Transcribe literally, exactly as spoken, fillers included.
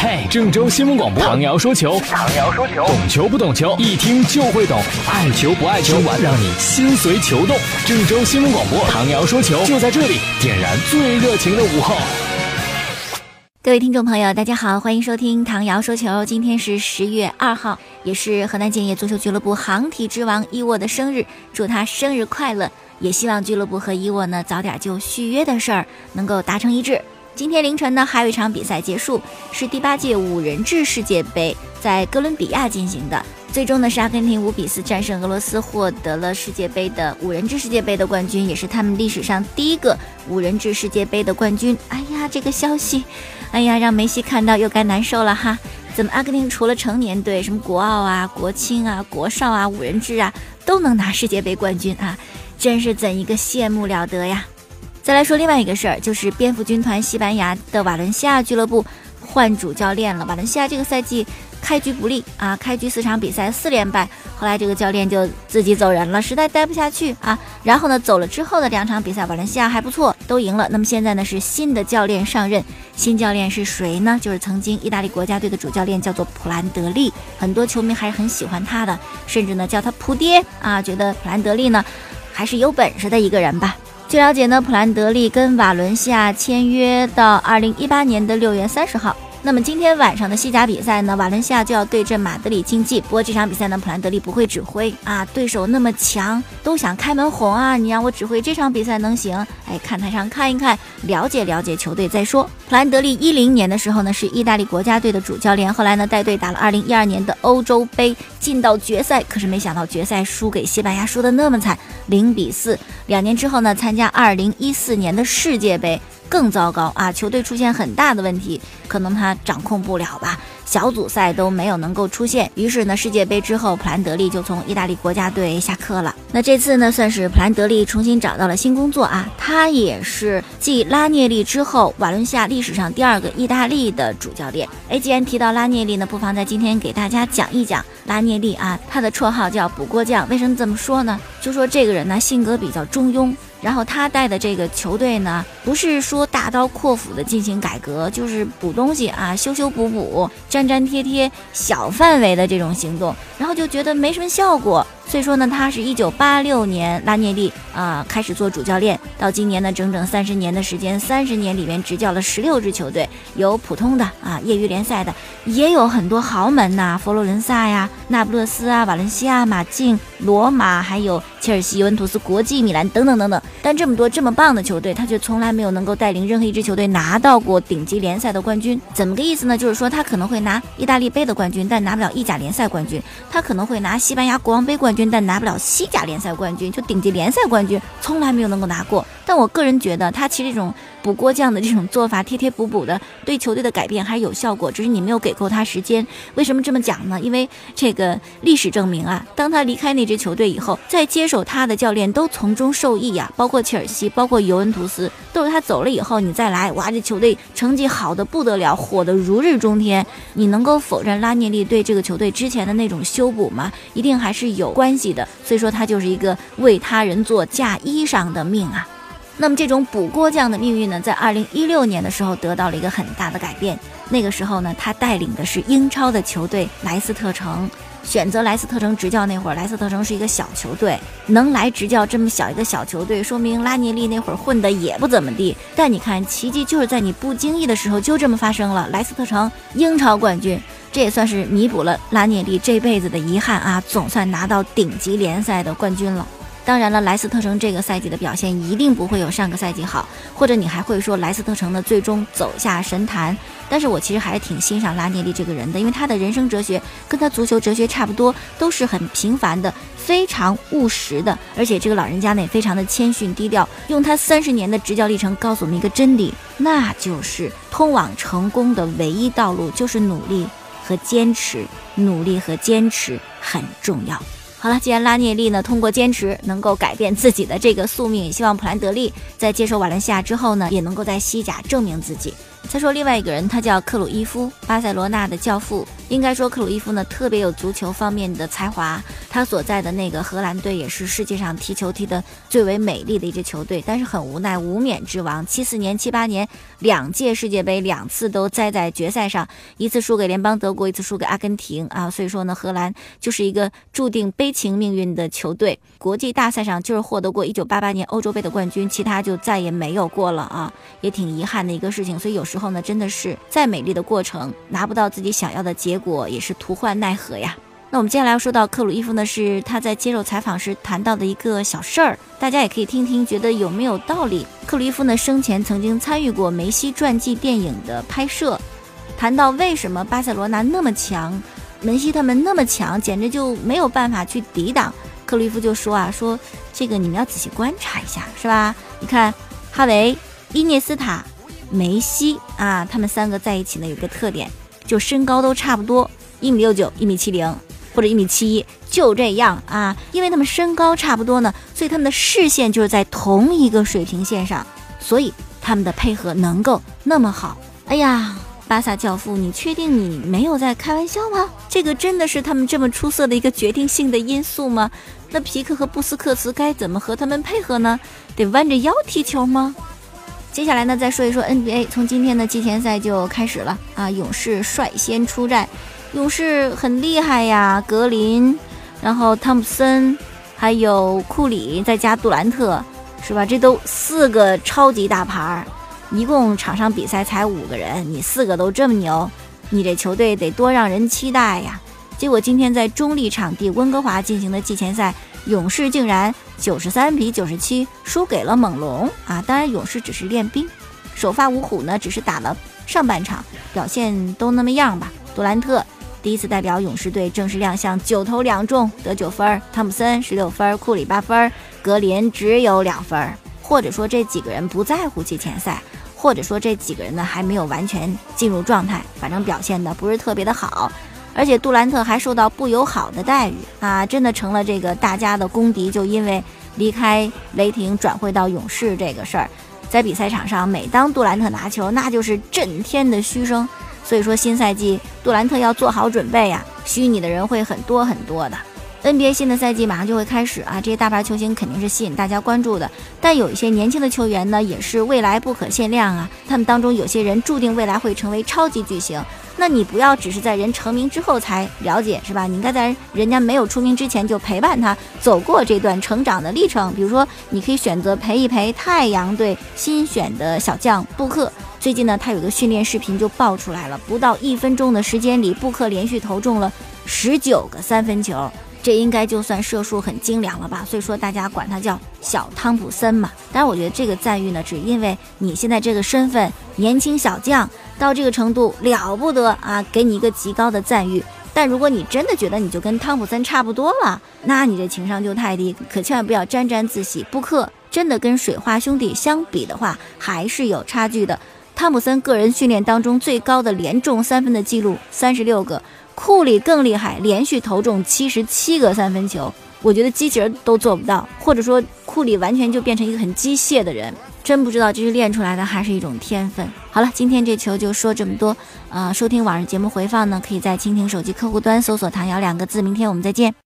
嘿，郑州新闻广播，唐瑶说球， 唐瑶说球， 懂球不懂球，一听就会懂，爱球不爱球，让你心随球动。郑州新闻广播，唐瑶说球，就在这里，点燃最热情的午后。 各位听众朋友大家好，欢迎收听唐瑶说球。今天是十月二号，也是河南建业足球俱乐部航体之王伊沃的生日，祝他生日快乐，也希望俱乐部和伊沃呢早点就续约的事儿能够达成一致。今天凌晨呢还有一场比赛结束，是第八届五人制世界杯在哥伦比亚进行的，最终呢是阿根廷五比四战胜俄罗斯，获得了世界杯的五人制世界杯的冠军，也是他们历史上第一个五人制世界杯的冠军。哎呀，这个消息哎呀让梅西看到又该难受了哈，怎么阿根廷除了成年队，什么国奥啊、国青啊、国少啊、五人制啊都能拿世界杯冠军啊，真是怎一个羡慕了得呀。再来说另外一个事儿，就是蝙蝠军团西班牙的瓦伦西亚俱乐部换主教练了。瓦伦西亚这个赛季开局不利啊，开局四场比赛四连败，后来这个教练就自己走人了，实在待不下去啊。然后呢，走了之后的两场比赛，瓦伦西亚还不错，都赢了。那么现在呢是新的教练上任，新教练是谁呢？就是曾经意大利国家队的主教练，叫做普兰德利，很多球迷还是很喜欢他的，甚至呢叫他普爹啊，觉得普兰德利呢还是有本事的一个人吧。据了解呢，普兰德利跟瓦伦西亚签约到二零一八年的六月三十号。那么今天晚上的西甲比赛呢，瓦伦西亚就要对阵马德里竞技。不过这场比赛呢，普兰德利不会指挥啊，对手那么强，都想开门红啊，你让我指挥这场比赛能行？哎，看台上看一看，了解了解球队再说。普兰德利一零年的时候呢，是意大利国家队的主教练，后来呢带队打了二零一二年的欧洲杯，进到决赛，可是没想到决赛输给西班牙，输得那么惨，零比四。两年之后呢，参加二零一四年的世界杯。更糟糕啊！球队出现很大的问题，可能他掌控不了吧，小组赛都没有能够出现。于是呢，世界杯之后，普兰德利就从意大利国家队下课了。那这次呢，算是普兰德利重新找到了新工作啊。他也是继拉涅利之后，瓦伦西亚历史上第二个意大利的主教练。哎，既然提到拉涅利呢，不妨在今天给大家讲一讲拉涅利啊。他的绰号叫补锅匠，为什么这么说呢？就说这个人呢，性格比较中庸。然后他带的这个球队呢，不是说大刀阔斧的进行改革，就是补东西啊，修修补补，粘粘贴贴，小范围的这种行动，然后就觉得没什么效果。所以说呢，他是一九八六年拉涅利啊、呃、开始做主教练，到今年呢整整三十年的时间，三十年里面执教了十六支球队，有普通的啊业余联赛的，也有很多豪门呐、啊，佛罗伦萨呀、那不勒斯啊、瓦伦西亚、马竞、罗马，还有切尔西、尤文图斯、国际米兰等等等等。但这么多这么棒的球队，他却从来没有能够带领任何一支球队拿到过顶级联赛的冠军。怎么个意思呢？就是说他可能会拿意大利杯的冠军，但拿不了意甲联赛冠军；他可能会拿西班牙国王杯冠军，但拿不了西甲联赛冠军，就顶级联赛冠军从来没有能够拿过。但我个人觉得他其实这种补锅匠的这种做法，贴贴补补的，对球队的改变还是有效果，只是你没有给够他时间。为什么这么讲呢？因为这个历史证明啊，当他离开那支球队以后，再接手他的教练都从中受益啊，包括切尔西，包括尤文图斯，都是他走了以后你再来，哇，这球队成绩好的不得了，火的如日中天。你能够否认拉涅利对这个球队之前的那种修补吗？一定还是有关系的。所以说他就是一个为他人做嫁衣裳的命啊。那么这种补锅匠的命运呢，在二零一六年的时候得到了一个很大的改变。那个时候呢，他带领的是英超的球队莱斯特城。选择莱斯特城执教那会儿，莱斯特城是一个小球队，能来执教这么小一个小球队，说明拉涅利那会儿混的也不怎么地。但你看，奇迹就是在你不经意的时候就这么发生了，莱斯特城英超冠军，这也算是弥补了拉涅利这辈子的遗憾啊，总算拿到顶级联赛的冠军了。当然了，莱斯特城这个赛季的表现一定不会有上个赛季好，或者你还会说莱斯特城的最终走下神坛。但是我其实还是挺欣赏拉涅利这个人的，因为他的人生哲学跟他足球哲学差不多，都是很平凡的，非常务实的。而且这个老人家呢也非常的谦逊低调，用他三十年的执教历程告诉我们一个真理，那就是通往成功的唯一道路就是努力和坚持，努力和坚持很重要。好了，既然拉涅利呢通过坚持能够改变自己的这个宿命，也希望普兰德利在接手瓦伦西亚之后呢，也能够在西甲证明自己。再说另外一个人，他叫克鲁伊夫，巴塞罗那的教父。应该说克鲁伊夫呢特别有足球方面的才华， 他所在的那个荷兰队也是世界上踢球踢得最为美丽的一支球队，但是很无奈无冕之王，七四年七八年两届世界杯两次都栽在决赛上，一次输给联邦德国，一次输给阿根廷啊，所以说呢，荷兰就是一个注定悲情命运的球队，国际大赛上就是获得过一九八八年欧洲杯的冠军，其他就再也没有过了啊，也挺遗憾的一个事情。所以有时候呢，真的是再美丽的过程拿不到自己想要的结果，也是徒患奈何呀。那我们接下来要说到克鲁伊夫呢，是他在接受采访时谈到的一个小事儿，大家也可以听听，觉得有没有道理。克鲁伊夫呢生前曾经参与过梅西传记电影的拍摄，谈到为什么巴塞罗那那么强，梅西他们那么强，简直就没有办法去抵挡。克鲁伊夫就说啊，说这个你们要仔细观察一下，是吧？你看哈维、伊涅斯塔、梅西啊，他们三个在一起呢有个特点，就身高都差不多，一米六九、一米七零。或者一米七一，就这样啊，因为他们身高差不多呢，所以他们的视线就是在同一个水平线上，所以他们的配合能够那么好。哎呀，巴萨教父，你确定你没有在开玩笑吗？这个真的是他们这么出色的一个决定性的因素吗？那皮克和布斯克茨该怎么和他们配合呢？得弯着腰踢球吗？接下来呢，再说一说 N B A， 从今天的季前赛就开始了啊，勇士率先出战。勇士很厉害呀，格林，然后汤普森，还有库里，再加杜兰特，是吧？这都四个超级大牌，一共场上比赛才五个人，你四个都这么牛，你这球队得多让人期待呀！结果今天在中立场地温哥华进行的季前赛，勇士竟然九十三比九十七输给了猛龙啊！当然，勇士只是练兵，首发五虎呢，只是打了上半场，表现都那么样吧。杜兰特第一次代表勇士队正式亮相，九投两中得九分，汤普森十六分，库里八分，格林只有两分。或者说这几个人不在乎季前赛，或者说这几个人呢还没有完全进入状态，反正表现的不是特别的好。而且杜兰特还受到不友好的待遇啊，真的成了这个大家的公敌，就因为离开雷霆转会到勇士这个事儿，在比赛场上每当杜兰特拿球，那就是震天的嘘声。所以说新赛季杜兰特要做好准备呀，虚拟的人会很多很多的。N B A 新的赛季马上就会开始啊，这些大牌球星肯定是吸引大家关注的，但有一些年轻的球员呢，也是未来不可限量啊。他们当中有些人注定未来会成为超级巨星，那你不要只是在人成名之后才了解，是吧？你应该在人家没有出名之前就陪伴他走过这段成长的历程。比如说，你可以选择陪一陪太阳队新选的小将布克。最近呢，他有个训练视频就爆出来了，不到一分钟的时间里，布克连续投中了十九个三分球，这应该就算射术很精良了吧？所以说大家管他叫小汤普森嘛。当然，我觉得这个赞誉呢，只因为你现在这个身份，年轻小将到这个程度了不得啊，给你一个极高的赞誉。但如果你真的觉得你就跟汤普森差不多了，那你这情商就太低，可千万不要沾沾自喜。布克真的跟水花兄弟相比的话，还是有差距的。汤普森个人训练当中最高的连中三分的记录三十六个，库里更厉害，连续投中七十七个三分球，我觉得机器人都做不到，或者说库里完全就变成一个很机械的人，真不知道这是练出来的还是一种天分。好了，今天这球就说这么多，呃，收听往日节目回放呢，可以在蜻蜓手机客户端搜索唐瑶两个字，明天我们再见。